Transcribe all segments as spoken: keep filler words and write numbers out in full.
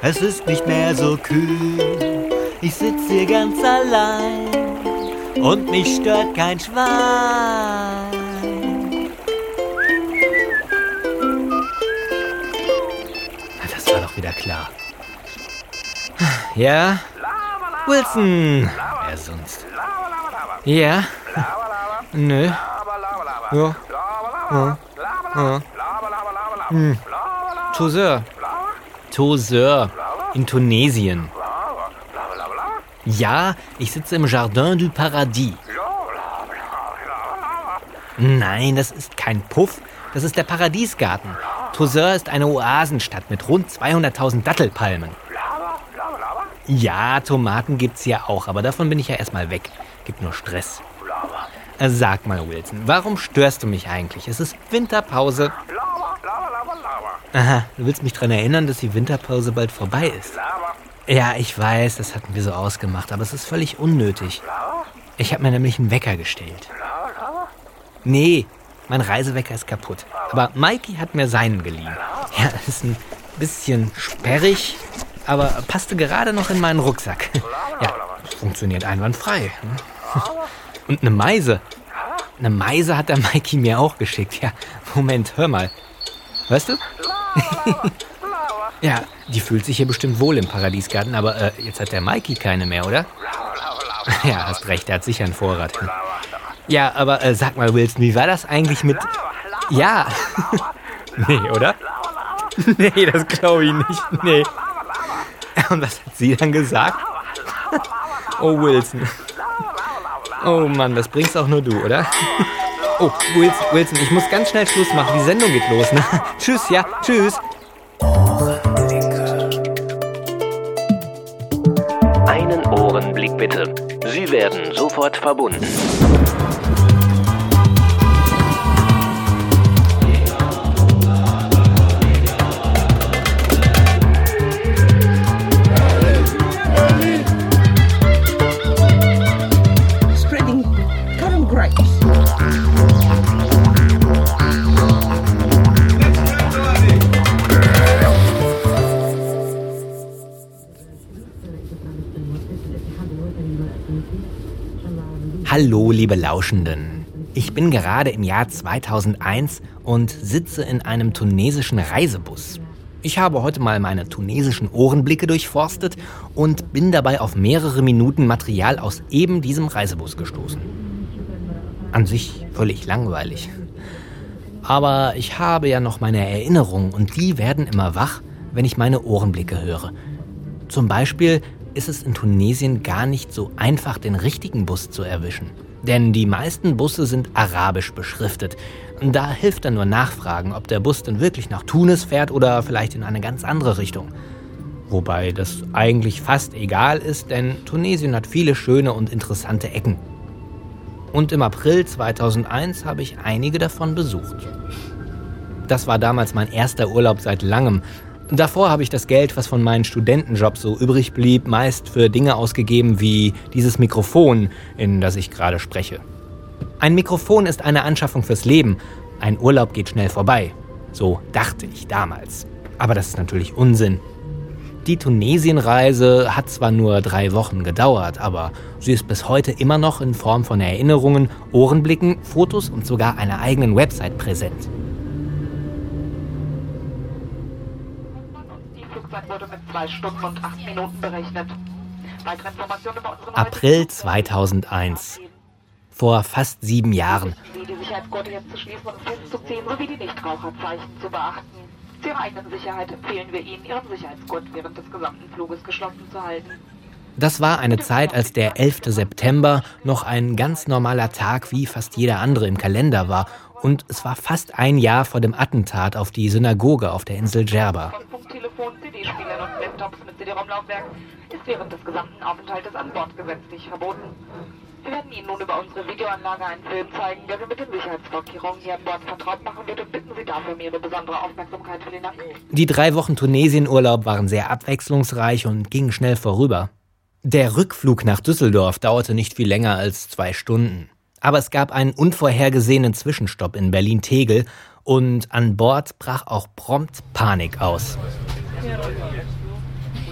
Es ist nicht mehr so kühl, ich sitz hier ganz allein und mich stört kein Schwein. Das war doch wieder klar. Ja? Wilson! Wer sonst? Ja? Nö. Ja. Ja. Ja. Hm. Tozeur. Tozeur. In Tunesien. Ja, ich sitze im Jardin du Paradis. Nein, das ist kein Puff. Das ist der Paradiesgarten. Tozeur ist eine Oasenstadt mit rund zweihunderttausend Dattelpalmen. Ja, Tomaten gibt's ja auch, aber davon bin ich ja erstmal weg. Gibt nur Stress. Sag mal, Wilson, warum störst du mich eigentlich? Es ist Winterpause. Aha, du willst mich daran erinnern, dass die Winterpause bald vorbei ist. Ja, ich weiß, das hatten wir so ausgemacht, aber es ist völlig unnötig. Ich habe mir nämlich einen Wecker gestellt. Nee, mein Reisewecker ist kaputt. Aber Mikey hat mir seinen geliehen. Ja, ist ein bisschen sperrig, aber passte gerade noch in meinen Rucksack. Ja, funktioniert einwandfrei. Und eine Meise. Eine Meise hat der Mikey mir auch geschickt. Ja, Moment, hör mal. Hörst du? Ja, die fühlt sich hier bestimmt wohl im Paradiesgarten, aber äh, jetzt hat der Mikey keine mehr, oder? Ja, hast recht, er hat sicher einen Vorrat. Ja, aber äh, sag mal, Wilson, wie war das eigentlich mit... Ja. Nee, oder? Nee, das glaube ich nicht. Nee. Und was hat sie dann gesagt? Oh, Wilson. Oh Mann, das bringst auch nur du, oder? Oh, Wilson, Wilson, ich muss ganz schnell Schluss machen. Die Sendung geht los, ne? Tschüss, ja, tschüss. Einen Ohrenblick bitte. Sie werden sofort verbunden. Spreading current grapes. Hallo, liebe Lauschenden. Ich bin gerade im Jahr zweitausendeins und sitze in einem tunesischen Reisebus. Ich habe heute mal meine tunesischen Ohrenblicke durchforstet und bin dabei auf mehrere Minuten Material aus eben diesem Reisebus gestoßen. An sich völlig langweilig. Aber ich habe ja noch meine Erinnerungen und die werden immer wach, wenn ich meine Ohrenblicke höre. Zum Beispiel ist es in Tunesien gar nicht so einfach, den richtigen Bus zu erwischen. Denn die meisten Busse sind arabisch beschriftet. Da hilft dann nur Nachfragen, ob der Bus denn wirklich nach Tunis fährt oder vielleicht in eine ganz andere Richtung. Wobei das eigentlich fast egal ist, denn Tunesien hat viele schöne und interessante Ecken. Und im April zweitausendeins habe ich einige davon besucht. Das war damals mein erster Urlaub seit langem. Davor habe ich das Geld, was von meinen Studentenjobs so übrig blieb, meist für Dinge ausgegeben wie dieses Mikrofon, in das ich gerade spreche. Ein Mikrofon ist eine Anschaffung fürs Leben. Ein Urlaub geht schnell vorbei. So dachte ich damals. Aber das ist natürlich Unsinn. Die Tunesienreise hat zwar nur drei Wochen gedauert, aber sie ist bis heute immer noch in Form von Erinnerungen, Ohrenblicken, Fotos und sogar einer eigenen Website präsent. Wurde mit zwei Stunden und acht Minuten berechnet. Weitere Informationen über unsere April zweitausendeins. Vor fast sieben Jahren. Die Sicherheitsgurte jetzt zu schließen und festzuziehen, sowie die Nichtraucherzeichen zu beachten. Zu Ihrer eigenen Sicherheit empfehlen wir Ihnen, Ihren Sicherheitsgurt während des gesamten Fluges geschlossen zu halten. Das war eine Zeit, als der elfter September noch ein ganz normaler Tag wie fast jeder andere im Kalender war. Und es war fast ein Jahr vor dem Attentat auf die Synagoge auf der Insel Djerba. Funktelefon, C D-Spielern und Laptops mit C D-ROM-Laufwerk ist während des gesamten Aufenthaltes an Bord gesetzlich verboten. Wir werden Ihnen nun über unsere Videoanlage einen Film zeigen, der Sie mit den Sicherheitsvorkehrungen hier an Bord vertraut machen wird und bitten Sie dafür um Ihre besondere Aufmerksamkeit. Vielen Dank. Die drei Wochen Tunesien-Urlaub waren sehr abwechslungsreich und gingen schnell vorüber. Der Rückflug nach Düsseldorf dauerte nicht viel länger als zwei Stunden. Aber es gab einen unvorhergesehenen Zwischenstopp in Berlin-Tegel und an Bord brach auch prompt Panik aus.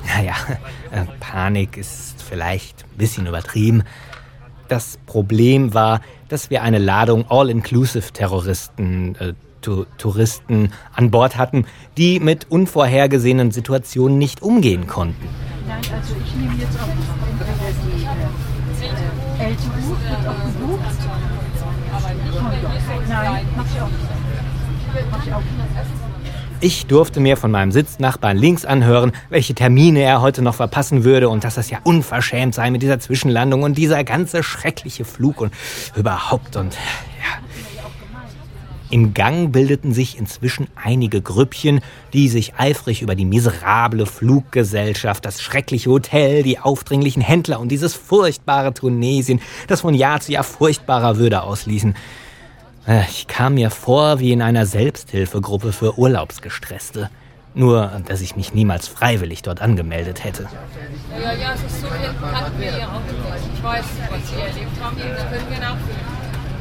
Naja, äh, Panik ist vielleicht ein bisschen übertrieben. Das Problem war, dass wir eine Ladung All-Inclusive-Terroristen, äh, tu- Touristen an Bord hatten, die mit unvorhergesehenen Situationen nicht umgehen konnten. Nein, also ich nehme jetzt auch entweder die äh, L T U, wird auch gebucht. Nein, mach ich auch nicht. Mach ich auch nicht. Ich durfte mir von meinem Sitznachbarn links anhören, welche Termine er heute noch verpassen würde und dass das ja unverschämt sei mit dieser Zwischenlandung und dieser ganze schreckliche Flug und überhaupt und ja. Im Gang bildeten sich inzwischen einige Grüppchen, die sich eifrig über die miserable Fluggesellschaft, das schreckliche Hotel, die aufdringlichen Händler und dieses furchtbare Tunesien, das von Jahr zu Jahr furchtbarer würde, ausließen. Ich kam mir vor wie in einer Selbsthilfegruppe für Urlaubsgestresste. Nur, dass ich mich niemals freiwillig dort angemeldet hätte. Ja, ja, es ist so, kannten wir ja auch nicht. Ich weiß, was Sie erlebt haben, das können wir nachfühlen.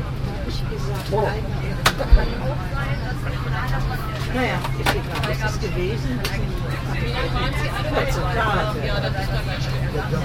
Naja, ist egal, das ist gewesen. Wie lange waren Sie alle kurze Tage? Ja, das ist dann ganz schön.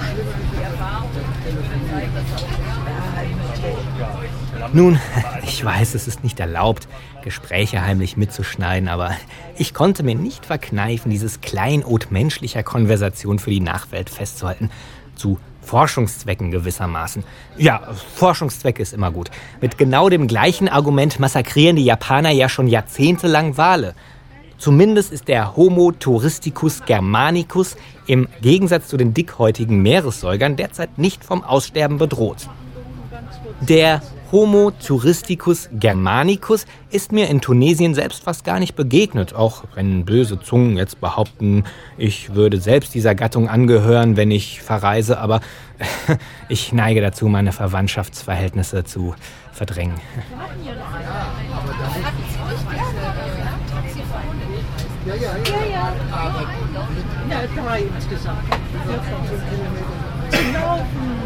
Nun, ich weiß, es ist nicht erlaubt, Gespräche heimlich mitzuschneiden, aber ich konnte mir nicht verkneifen, dieses Kleinod menschlicher Konversation für die Nachwelt festzuhalten. Zu Forschungszwecken gewissermaßen. Ja, Forschungszwecke ist immer gut. Mit genau dem gleichen Argument massakrieren die Japaner ja schon jahrzehntelang Wale. Zumindest ist der Homo touristicus germanicus im Gegensatz zu den dickhäutigen Meeressäugern derzeit nicht vom Aussterben bedroht. Der Homo touristicus germanicus ist mir in Tunesien selbst fast gar nicht begegnet, auch wenn böse Zungen jetzt behaupten, ich würde selbst dieser Gattung angehören, wenn ich verreise, aber ich neige dazu, meine Verwandtschaftsverhältnisse zu verdrängen. Ja, ja, ja. Ja, drei insgesamt. Zu laufen.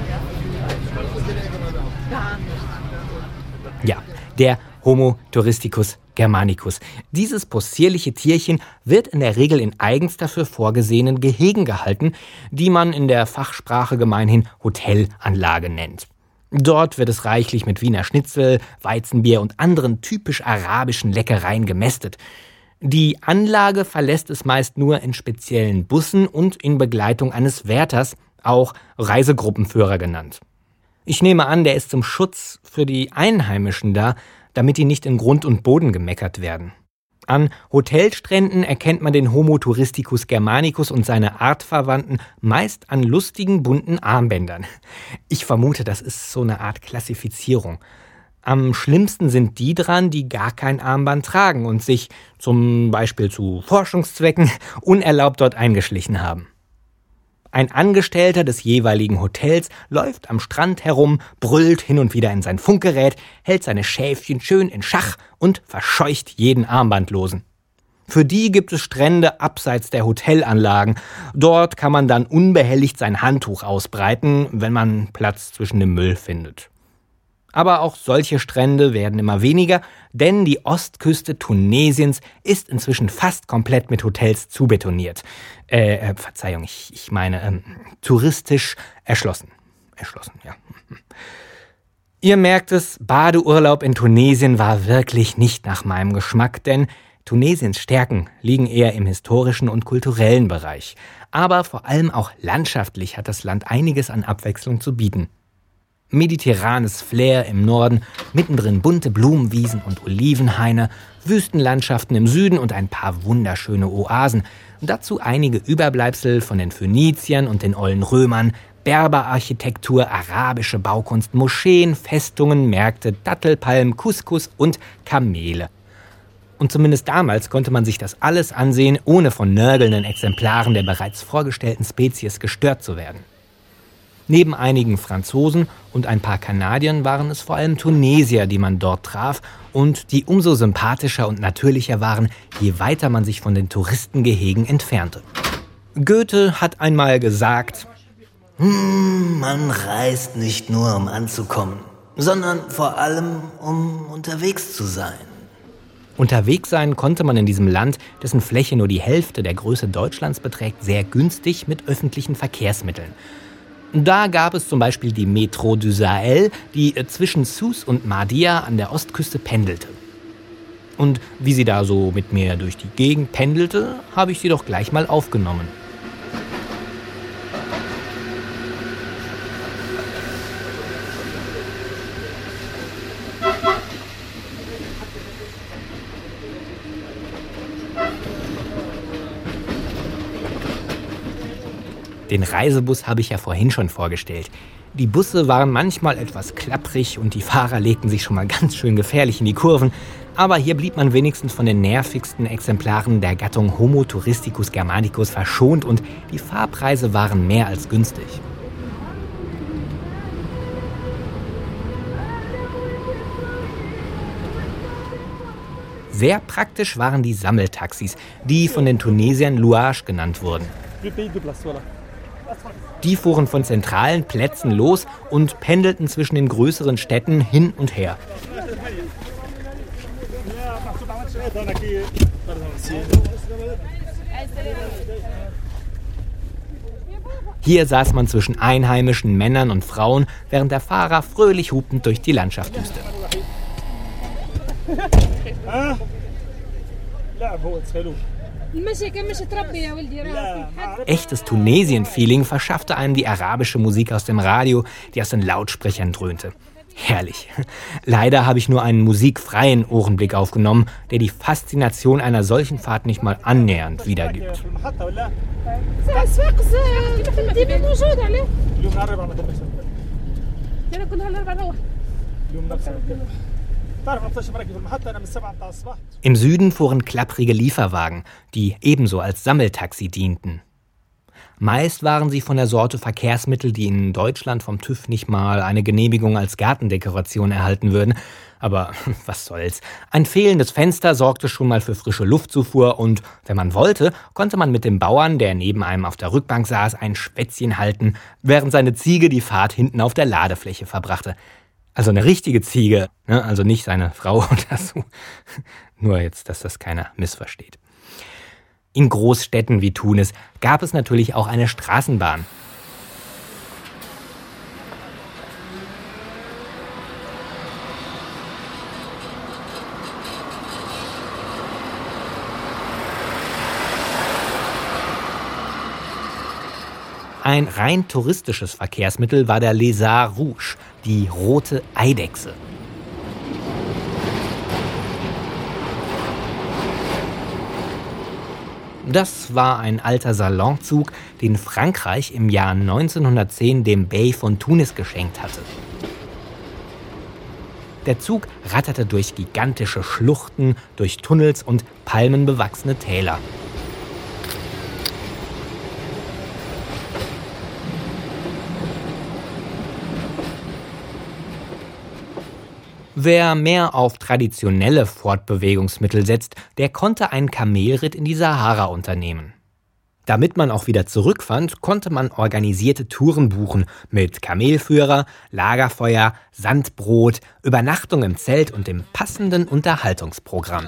Gar nicht. Ja, der Homo touristicus germanicus. Dieses possierliche Tierchen wird in der Regel in eigens dafür vorgesehenen Gehegen gehalten, die man in der Fachsprache gemeinhin Hotelanlage nennt. Dort wird es reichlich mit Wiener Schnitzel, Weizenbier und anderen typisch arabischen Leckereien gemästet. Die Anlage verlässt es meist nur in speziellen Bussen und in Begleitung eines Wärters, auch Reisegruppenführer genannt. Ich nehme an, der ist zum Schutz für die Einheimischen da, damit die nicht in Grund und Boden gemeckert werden. An Hotelstränden erkennt man den Homo touristicus germanicus und seine Artverwandten meist an lustigen, bunten Armbändern. Ich vermute, das ist so eine Art Klassifizierung. Am schlimmsten sind die dran, die gar kein Armband tragen und sich zum Beispiel zu Forschungszwecken unerlaubt dort eingeschlichen haben. Ein Angestellter des jeweiligen Hotels läuft am Strand herum, brüllt hin und wieder in sein Funkgerät, hält seine Schäfchen schön in Schach und verscheucht jeden Armbandlosen. Für die gibt es Strände abseits der Hotelanlagen. Dort kann man dann unbehelligt sein Handtuch ausbreiten, wenn man Platz zwischen dem Müll findet. Aber auch solche Strände werden immer weniger, denn die Ostküste Tunesiens ist inzwischen fast komplett mit Hotels zubetoniert. Äh, äh Verzeihung, ich, ich meine ähm, touristisch erschlossen. Erschlossen, ja. Ihr merkt es, Badeurlaub in Tunesien war wirklich nicht nach meinem Geschmack, denn Tunesiens Stärken liegen eher im historischen und kulturellen Bereich. Aber vor allem auch landschaftlich hat das Land einiges an Abwechslung zu bieten. Mediterranes Flair im Norden, mittendrin bunte Blumenwiesen und Olivenhaine, Wüstenlandschaften im Süden und ein paar wunderschöne Oasen. Dazu einige Überbleibsel von den Phöniziern und den ollen Römern, Berberarchitektur, arabische Baukunst, Moscheen, Festungen, Märkte, Dattelpalmen, Couscous und Kamele. Und zumindest damals konnte man sich das alles ansehen, ohne von nörgelnden Exemplaren der bereits vorgestellten Spezies gestört zu werden. Neben einigen Franzosen und ein paar Kanadiern waren es vor allem Tunesier, die man dort traf und die umso sympathischer und natürlicher waren, je weiter man sich von den Touristengehegen entfernte. Goethe hat einmal gesagt, hm, man reist nicht nur, um anzukommen, sondern vor allem, um unterwegs zu sein. Unterwegs sein konnte man in diesem Land, dessen Fläche nur die Hälfte der Größe Deutschlands beträgt, sehr günstig mit öffentlichen Verkehrsmitteln. Da gab es zum Beispiel die Métro du Sahel, die zwischen Sousse und Mahdia an der Ostküste pendelte. Und wie sie da so mit mir durch die Gegend pendelte, habe ich sie doch gleich mal aufgenommen. Den Reisebus habe ich ja vorhin schon vorgestellt. Die Busse waren manchmal etwas klapprig und die Fahrer legten sich schon mal ganz schön gefährlich in die Kurven. Aber hier blieb man wenigstens von den nervigsten Exemplaren der Gattung Homo touristicus germanicus verschont und die Fahrpreise waren mehr als günstig. Sehr praktisch waren die Sammeltaxis, die von den Tunesiern Louage genannt wurden. Die fuhren von zentralen Plätzen los und pendelten zwischen den größeren Städten hin und her. Hier saß man zwischen einheimischen Männern und Frauen, während der Fahrer fröhlich hupend durch die Landschaft düste. Echtes Tunesien-Feeling verschaffte einem die arabische Musik aus dem Radio, die aus den Lautsprechern dröhnte. Herrlich. Leider habe ich nur einen musikfreien Ohrenblick aufgenommen, der die Faszination einer solchen Fahrt nicht mal annähernd wiedergibt. Im Süden fuhren klapprige Lieferwagen, die ebenso als Sammeltaxi dienten. Meist waren sie von der Sorte Verkehrsmittel, die in Deutschland vom TÜV nicht mal eine Genehmigung als Gartendekoration erhalten würden. Aber was soll's. Ein fehlendes Fenster sorgte schon mal für frische Luftzufuhr und, wenn man wollte, konnte man mit dem Bauern, der neben einem auf der Rückbank saß, ein Schwätzchen halten, während seine Ziege die Fahrt hinten auf der Ladefläche verbrachte. Also eine richtige Ziege, ne? Also nicht seine Frau oder so. Nur jetzt, dass das keiner missversteht. In Großstädten wie Tunis gab es natürlich auch eine Straßenbahn. Ein rein touristisches Verkehrsmittel war der Lézard Rouge, die rote Eidechse. Das war ein alter Salonzug, den Frankreich im Jahr neunzehnhundertzehn dem Bey von Tunis geschenkt hatte. Der Zug ratterte durch gigantische Schluchten, durch Tunnels und palmenbewachsene Täler. Wer mehr auf traditionelle Fortbewegungsmittel setzt, der konnte einen Kamelritt in die Sahara unternehmen. Damit man auch wieder zurückfand, konnte man organisierte Touren buchen mit Kamelführer, Lagerfeuer, Sandbrot, Übernachtung im Zelt und dem passenden Unterhaltungsprogramm.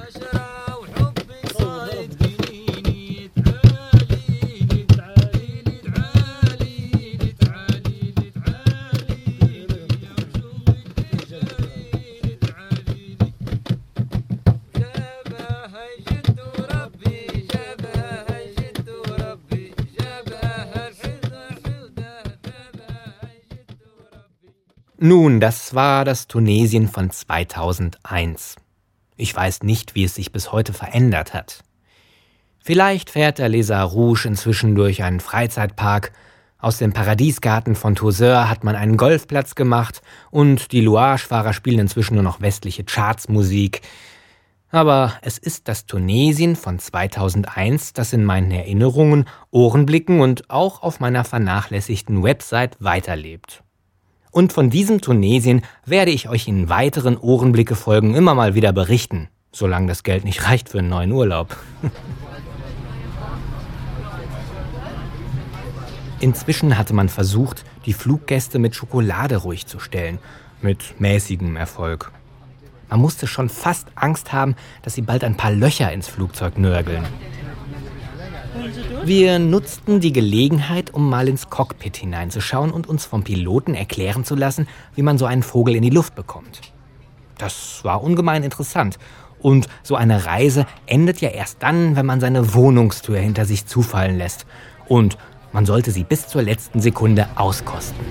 Nun, das war das Tunesien von zweitausendeins. Ich weiß nicht, wie es sich bis heute verändert hat. Vielleicht fährt der Lézard Rouge inzwischen durch einen Freizeitpark. Aus dem Paradiesgarten von Tozeur hat man einen Golfplatz gemacht und die Louage-Fahrer spielen inzwischen nur noch westliche Chartsmusik. Aber es ist das Tunesien von zweitausendeins, das in meinen Erinnerungen, Ohrenblicken und auch auf meiner vernachlässigten Website weiterlebt. Und von diesem Tunesien werde ich euch in weiteren Ohrenblicke-Folgen immer mal wieder berichten, solange das Geld nicht reicht für einen neuen Urlaub. Inzwischen hatte man versucht, die Fluggäste mit Schokolade ruhig zu stellen, mit mäßigem Erfolg. Man musste schon fast Angst haben, dass sie bald ein paar Löcher ins Flugzeug nörgeln. Wir nutzten die Gelegenheit, um mal ins Cockpit hineinzuschauen und uns vom Piloten erklären zu lassen, wie man so einen Vogel in die Luft bekommt. Das war ungemein interessant. Und so eine Reise endet ja erst dann, wenn man seine Wohnungstür hinter sich zufallen lässt. Und man sollte sie bis zur letzten Sekunde auskosten.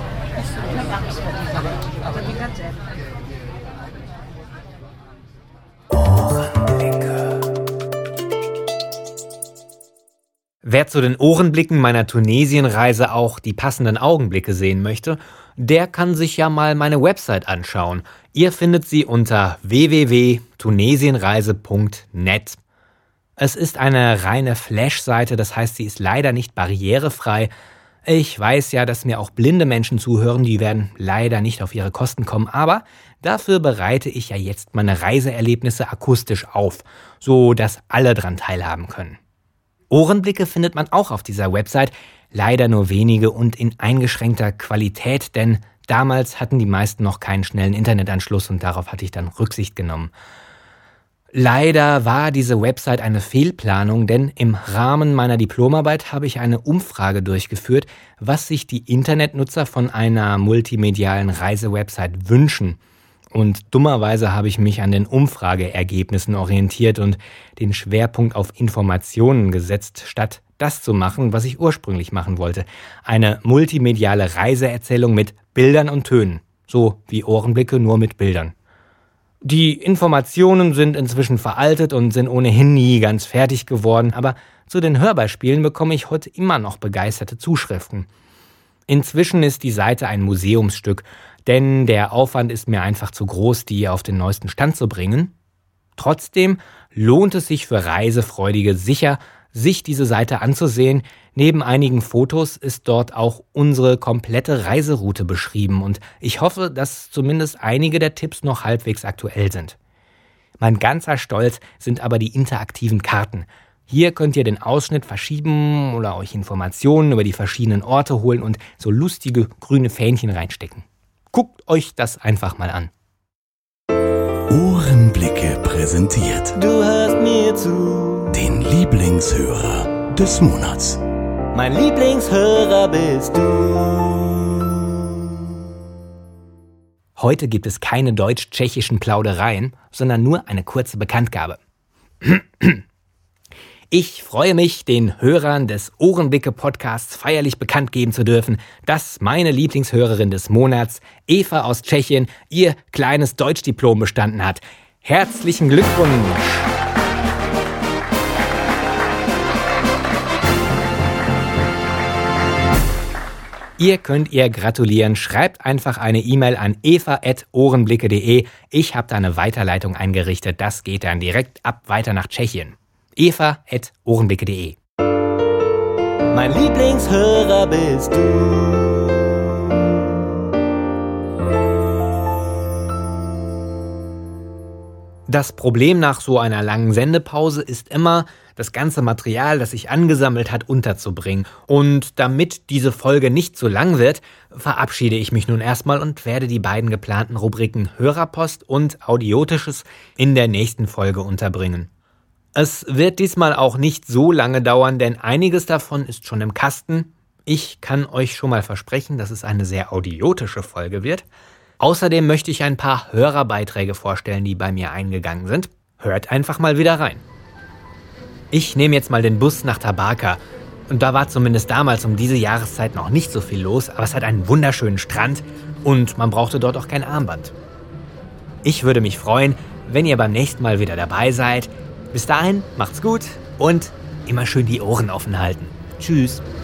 Wer zu den Ohrenblicken meiner Tunesienreise auch die passenden Augenblicke sehen möchte, der kann sich ja mal meine Website anschauen. Ihr findet sie unter w w w punkt tunesienreise punkt net. Es ist eine reine Flash-Seite, das heißt, sie ist leider nicht barrierefrei. Ich weiß ja, dass mir auch blinde Menschen zuhören, die werden leider nicht auf ihre Kosten kommen, aber dafür bereite ich ja jetzt meine Reiseerlebnisse akustisch auf, so dass alle dran teilhaben können. Ohrenblicke findet man auch auf dieser Website, leider nur wenige und in eingeschränkter Qualität, denn damals hatten die meisten noch keinen schnellen Internetanschluss und darauf hatte ich dann Rücksicht genommen. Leider war diese Website eine Fehlplanung, denn im Rahmen meiner Diplomarbeit habe ich eine Umfrage durchgeführt, was sich die Internetnutzer von einer multimedialen Reisewebsite wünschen. Und dummerweise habe ich mich an den Umfrageergebnissen orientiert und den Schwerpunkt auf Informationen gesetzt, statt das zu machen, was ich ursprünglich machen wollte. Eine multimediale Reiseerzählung mit Bildern und Tönen. So wie Ohrenblicke, nur mit Bildern. Die Informationen sind inzwischen veraltet und sind ohnehin nie ganz fertig geworden, aber zu den Hörbeispielen bekomme ich heute immer noch begeisterte Zuschriften. Inzwischen ist die Seite ein Museumsstück, denn der Aufwand ist mir einfach zu groß, die auf den neuesten Stand zu bringen. Trotzdem lohnt es sich für Reisefreudige sicher, sich diese Seite anzusehen. Neben einigen Fotos ist dort auch unsere komplette Reiseroute beschrieben und ich hoffe, dass zumindest einige der Tipps noch halbwegs aktuell sind. Mein ganzer Stolz sind aber die interaktiven Karten. Hier könnt ihr den Ausschnitt verschieben oder euch Informationen über die verschiedenen Orte holen und so lustige grüne Fähnchen reinstecken. Guckt euch das einfach mal an. Ohrenblicke präsentiert. Du hörst mir zu. Den Lieblingshörer des Monats. Mein Lieblingshörer bist du. Heute gibt es keine deutsch-tschechischen Plaudereien, sondern nur eine kurze Bekanntgabe. Ich freue mich, den Hörern des Ohrenblicke-Podcasts feierlich bekannt geben zu dürfen, dass meine Lieblingshörerin des Monats, Eva aus Tschechien, ihr kleines Deutschdiplom bestanden hat. Herzlichen Glückwunsch! Ihr könnt ihr gratulieren. Schreibt einfach eine E-Mail an eva at ohrenblicke punkt de. Ich habe da eine Weiterleitung eingerichtet. Das geht dann direkt ab weiter nach Tschechien. eva at ohrenblicke punkt de. Mein Lieblingshörer bist du. Das Problem nach so einer langen Sendepause ist immer, das ganze Material, das sich angesammelt hat, unterzubringen. Und damit diese Folge nicht so lang wird, verabschiede ich mich nun erstmal und werde die beiden geplanten Rubriken Hörerpost und Audiotisches in der nächsten Folge unterbringen. Es wird diesmal auch nicht so lange dauern, denn einiges davon ist schon im Kasten. Ich kann euch schon mal versprechen, dass es eine sehr audiotische Folge wird. Außerdem möchte ich ein paar Hörerbeiträge vorstellen, die bei mir eingegangen sind. Hört einfach mal wieder rein. Ich nehme jetzt mal den Bus nach Tabarka. Und da war zumindest damals um diese Jahreszeit noch nicht so viel los, aber es hat einen wunderschönen Strand und man brauchte dort auch kein Armband. Ich würde mich freuen, wenn ihr beim nächsten Mal wieder dabei seid. Bis dahin, macht's gut und immer schön die Ohren offen halten. Tschüss.